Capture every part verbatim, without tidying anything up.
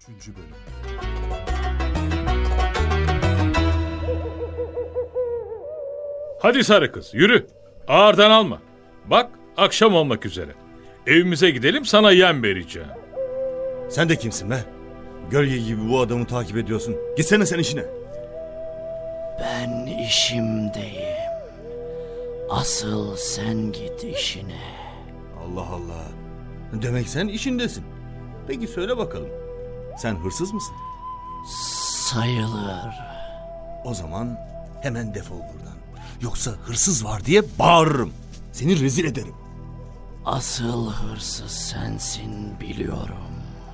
Üçüncü bölüm. Hadi sarı kız, yürü. Ağırdan alma. Bak, akşam olmak üzere. Evimize gidelim, sana yem vereceğim. Sen de kimsin be? Gölge gibi bu adamı takip ediyorsun. Gitsene sen işine. Ben işimdeyim. Asıl sen git işine. Allah Allah. Demek sen işindesin. Peki söyle bakalım. Sen hırsız mısın? Sayılır. O zaman hemen defol buradan. Yoksa hırsız var diye bağırırım. Seni rezil ederim. Asıl hırsız sensin biliyorum.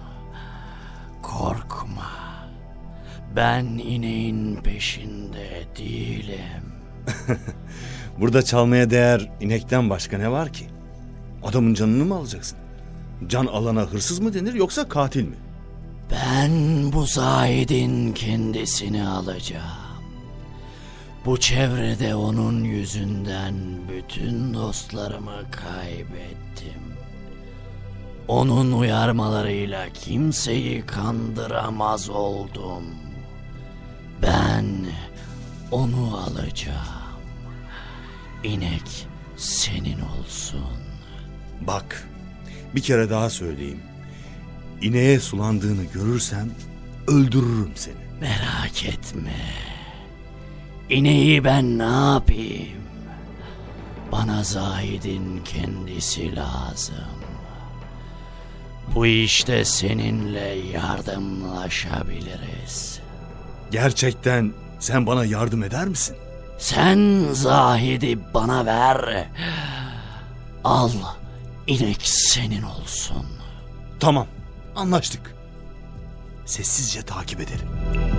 Korkma. Ben ineğin peşinde değilim. Burada çalmaya değer inekten başka ne var ki? Adamın canını mı alacaksın? Can alana hırsız mı denir yoksa katil mi? Ben bu Zahid'in kendisini alacağım. Bu çevrede onun yüzünden bütün dostlarımı kaybettim. Onun uyarmalarıyla kimseyi kandıramaz oldum. Ben onu alacağım. İnek senin olsun. Bak, bir kere daha söyleyeyim. İneğe sulandığını görürsem öldürürüm seni. Merak etme. İneği ben ne yapayım? Bana Zahid'in kendisi lazım. Bu işte seninle yardımlaşabiliriz. Gerçekten sen bana yardım eder misin? Sen Zahid'i bana ver. Al, inek senin olsun. Tamam, anlaştık. Sessizce takip edelim.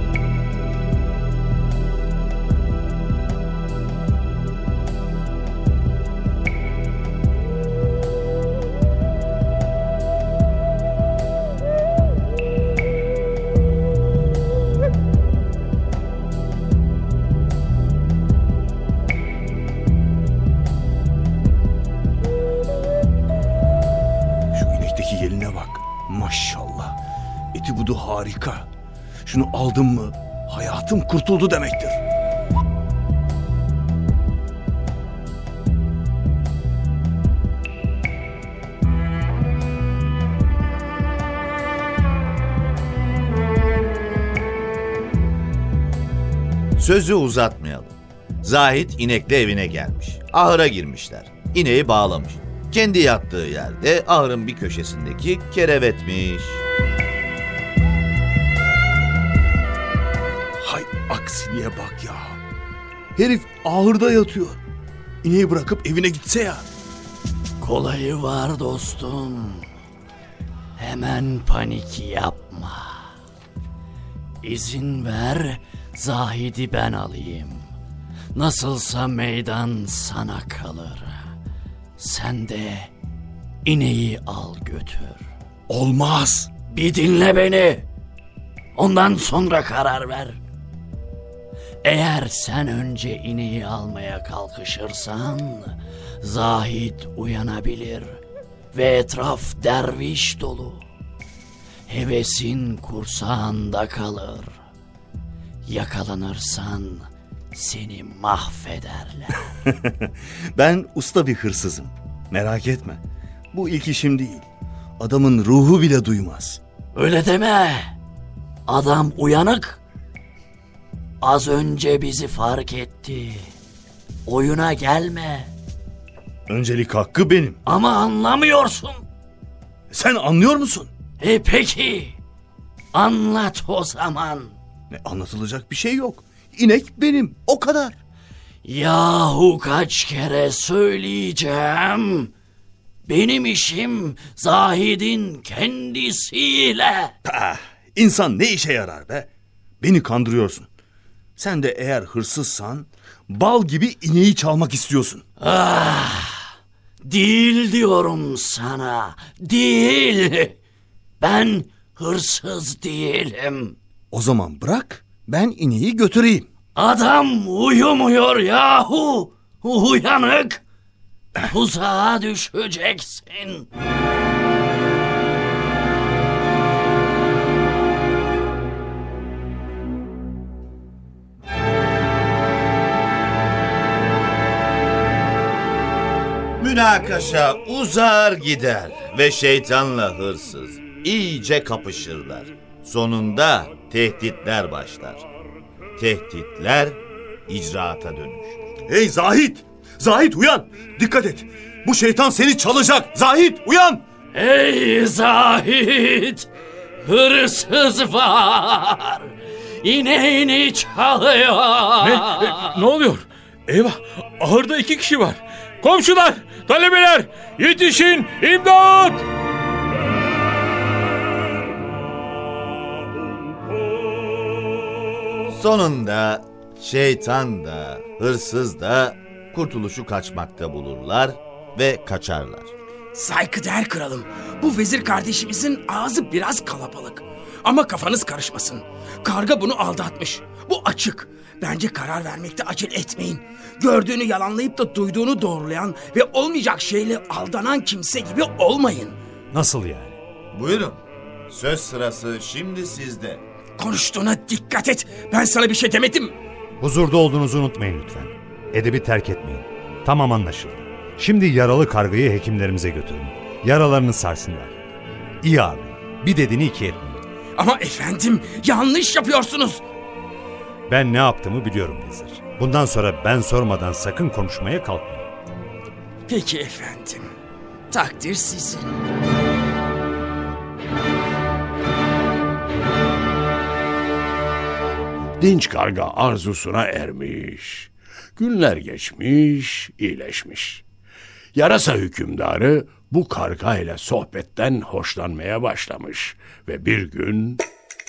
Maşallah. Eti budu harika. Şunu aldım mı hayatım kurtuldu demektir. Sözü uzatmayalım. Zahid inekle evine gelmiş. Ahıra girmişler. İneği bağlamış. Kendi yattığı yerde ahırın bir köşesindeki kerevetmiş. Hay aksiliğe bak ya. Herif ahırda yatıyor. İneği bırakıp evine gitse ya. Kolayı var dostum. Hemen panik yapma. İzin ver, Zahid'i ben alayım. Nasılsa meydan sana kalır. Sen de ineği al götür. Olmaz. Bir dinle beni. Ondan sonra karar ver. Eğer sen önce ineği almaya kalkışırsan Zahid uyanabilir ve etraf derviş dolu. Hevesin kursağında kalır. Yakalanırsan seni mahvederler. Ben usta bir hırsızım. Merak etme. Bu ilk işim değil. Adamın ruhu bile duymaz. Öyle deme. Adam uyanık. Az önce bizi fark etti. Oyuna gelme. Öncelik hakkı benim. Ama anlamıyorsun. Sen anlıyor musun? E peki. Anlat o zaman. Ne, anlatılacak bir şey yok. İnek benim. O kadar. Yahu kaç kere söyleyeceğim. Benim işim Zahid'in kendisiyle. Ah, insan ne işe yarar be? Beni kandırıyorsun. Sen de eğer hırsızsan bal gibi ineği çalmak istiyorsun. Ah, değil diyorum sana. Değil. Ben hırsız değilim. O zaman bırak ben ineği götüreyim. Adam uyumuyor yahu. Uyanık. Tuzağa düşeceksin. münakaşa uzar gider ve şeytanla hırsız iyice kapışırlar. Sonunda tehditler başlar. Tehditler icraata dönüşür. Hey Zahit! Zahit uyan! Dikkat et! Bu şeytan seni çalacak! Zahit uyan! Ey Zahid! Hırsız var! İneğini çalıyor! Ne? E, ne oluyor? Eyvah! Ahırda iki kişi var. Komşular! Talebeler! Yetişin! İmdat! Sonunda şeytan da hırsız da kurtuluşu kaçmakta bulurlar ve kaçarlar. Saygıdeğer kralım, bu vezir kardeşimizin ağzı biraz kalabalık. Ama kafanız karışmasın. Karga bunu aldatmış. Bu açık. Bence karar vermekte acele etmeyin. Gördüğünü yalanlayıp da duyduğunu doğrulayan ve olmayacak şeyle aldanan kimse gibi olmayın. Nasıl yani? Buyurun. Söz sırası şimdi sizde. Konuştuğuna dikkat et. Ben sana bir şey demedim. Huzurda olduğunuzu unutmayın lütfen. Edebi terk etmeyin. Tamam, anlaşıldı. Şimdi yaralı kargayı hekimlerimize götürün. Yaralarını sarsınlar. İyi abi. Bir dediğini iki etmeyin. Ama efendim, yanlış yapıyorsunuz. Ben ne yaptığımı biliyorum vezir. Bundan sonra ben sormadan sakın konuşmaya kalkmayın. Peki efendim. Takdir sizin. Dinç karga arzusuna ermiş. Günler geçmiş, iyileşmiş. Yarasa hükümdarı bu karga ile sohbetten hoşlanmaya başlamış. Ve bir gün...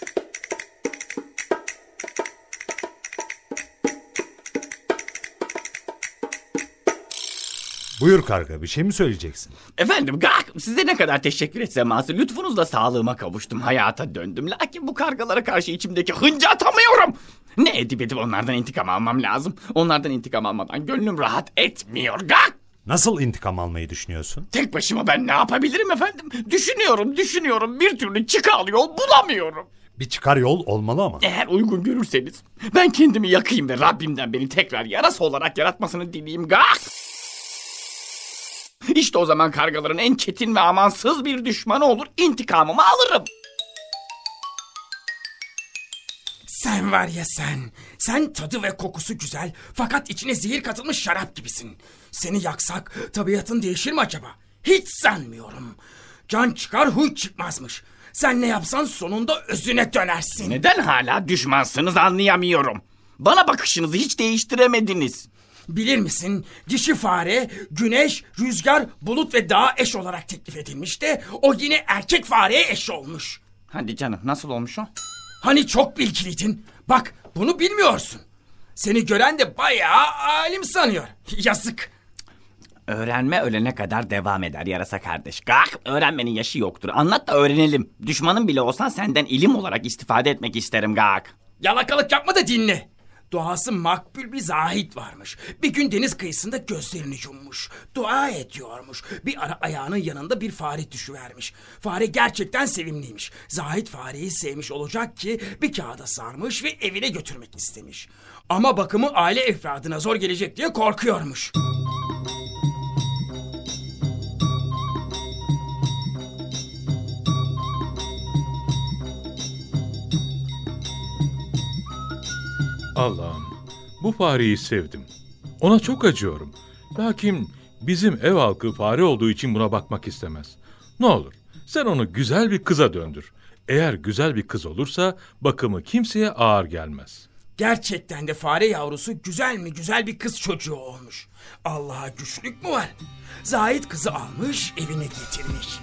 Buyur karga, bir şey mi söyleyeceksin? Efendim gak, size ne kadar teşekkür etsem az. Lütfunuzla sağlığıma kavuştum, hayata döndüm. Lakin bu kargalara karşı içimdeki hıncı atamıyorum. Ne edip edip onlardan intikam almam lazım. Onlardan intikam almadan gönlüm rahat etmiyor gak. Nasıl intikam almayı düşünüyorsun? Tek başıma ben ne yapabilirim efendim? Düşünüyorum, düşünüyorum. Bir türlü çıkar yol bulamıyorum. Bir çıkar yol olmalı ama. Eğer uygun görürseniz ben kendimi yakayım ve Rabbimden beni tekrar yarası olarak yaratmasını dileyeyim gak. İşte o zaman kargaların en çetin ve amansız bir düşmanı olur, intikamımı alırım. Sen var ya sen. Sen tadı ve kokusu güzel fakat içine zehir katılmış şarap gibisin. Seni yaksak tabiatın değişir mi acaba? Hiç sanmıyorum. Can çıkar huy çıkmazmış. Sen ne yapsan sonunda özüne dönersin. Neden hala düşmansınız anlayamıyorum. Bana bakışınızı hiç değiştiremediniz. Bilir misin, dişi fare, güneş, rüzgar, bulut ve dağa eş olarak teklif edilmiş de o yine erkek fareye eş olmuş. Hadi canım, nasıl olmuş o? Hani çok bilgiliydin. Bak, bunu bilmiyorsun. Seni gören de bayağı alim sanıyor. Yazık. Öğrenme ölene kadar devam eder yarasa kardeş. Kalk, öğrenmenin yaşı yoktur. Anlat da öğrenelim. Düşmanın bile olsan senden ilim olarak istifade etmek isterim Gak. Yalakalık yapma da dinle. Doğası makbul bir zahit varmış. Bir gün deniz kıyısında gözlerini yummuş. Dua ediyormuş. Bir ara ayağının yanında bir fare düşüvermiş. Fare gerçekten sevimliymiş. Zahit fareyi sevmiş olacak ki bir kağıda sarmış ve evine götürmek istemiş. Ama bakımı aile efradına zor gelecek diye korkuyormuş. Allah'ım, bu fareyi sevdim. Ona çok acıyorum. Lakin bizim ev halkı fare olduğu için buna bakmak istemez. Ne olur sen onu güzel bir kıza döndür. Eğer güzel bir kız olursa bakımı kimseye ağır gelmez. Gerçekten de fare yavrusu güzel mi güzel bir kız çocuğu olmuş. Allah'a güçlük mü var? Zahit kızı almış evine getirmiş.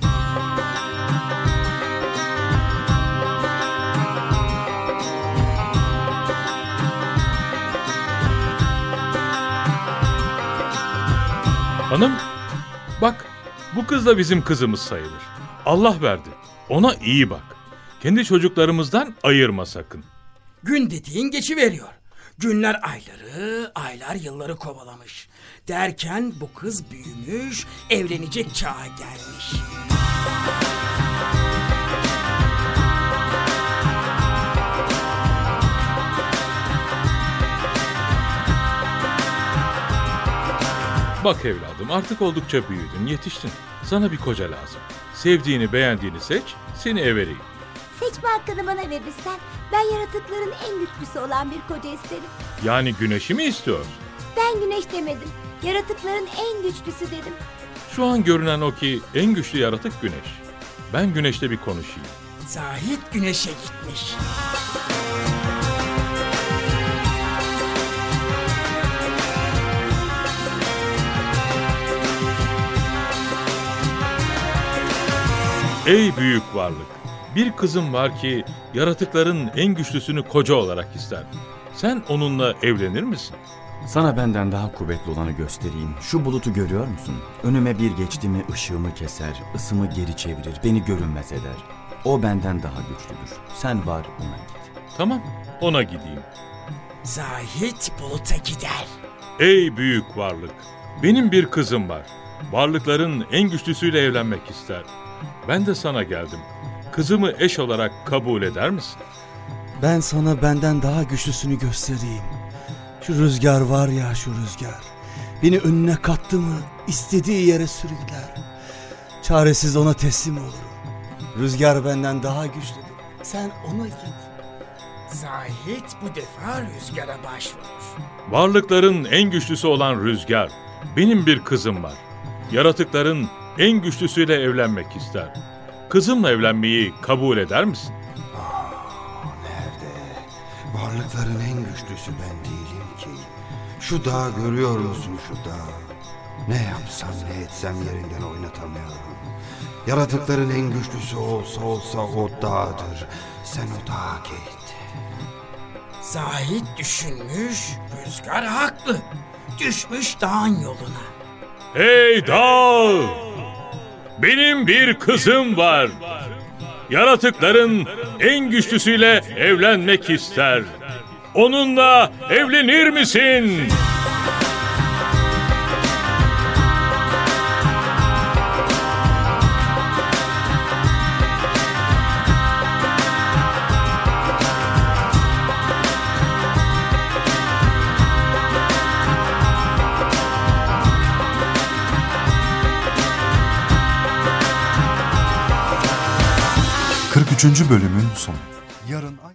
Hanım, bak bu kız da bizim kızımız sayılır. Allah verdi. Ona iyi bak. Kendi çocuklarımızdan ayırma sakın. Gün dediğin geçiveriyor. Günler ayları, aylar yılları kovalamış. Derken bu kız büyümüş, evlenecek çağa gelmiş. Bak evladım, artık oldukça büyüdün, yetiştin. Sana bir koca lazım. Sevdiğini, beğendiğini seç, seni eve vereyim. Seçme hakkını bana verirsen ben yaratıkların en güçlüsü olan bir koca isterim. Yani güneşi mi istiyorsun? Ben güneş demedim. Yaratıkların en güçlüsü dedim. Şu an görünen o ki en güçlü yaratık güneş. Ben güneşle bir konuşayım. Zahit güneşe gitmiş. Ey büyük varlık! Bir kızım var ki yaratıkların en güçlüsünü koca olarak ister. Sen onunla evlenir misin? Sana benden daha kuvvetli olanı göstereyim. Şu bulutu görüyor musun? Önüme bir geçti mi ışığımı keser, ısımı geri çevirir, beni görünmez eder. O benden daha güçlüdür. Sen var ona git. Tamam, ona gideyim. Zahit buluta gider. Ey büyük varlık! Benim bir kızım var. Varlıkların en güçlüsüyle evlenmek ister. Ben de sana geldim. Kızımı eş olarak kabul eder misin? Ben sana benden daha güçlüsünü göstereyim. Şu rüzgar var ya, şu rüzgar. Beni önüne kattı mı istediği yere sürükler. Çaresiz ona teslim olurum. Rüzgar benden daha güçlüdür. Sen ona git. Zahit bu defa rüzgara başvurur. Varlıkların en güçlüsü olan rüzgar. Benim bir kızım var. Yaratıkların en güçlüsüyle evlenmek ister. Kızımla evlenmeyi kabul eder misin? Nerede? Varlıkların en güçlüsü ben değilim ki. Şu dağı görüyor musun, şu dağı? Ne yapsam ne etsem yerinden oynatamıyorum. Yaratıkların en güçlüsü olsa olsa o dağdır. Sen o dağa git. Zahit düşünmüş, rüzgar haklı. Düşmüş dağın yoluna. Hey dağ! Benim bir kızım var. Yaratıkların en güçlüsüyle evlenmek ister. Onunla evlenir misin? kırk üçüncü bölümün sonu. Yarın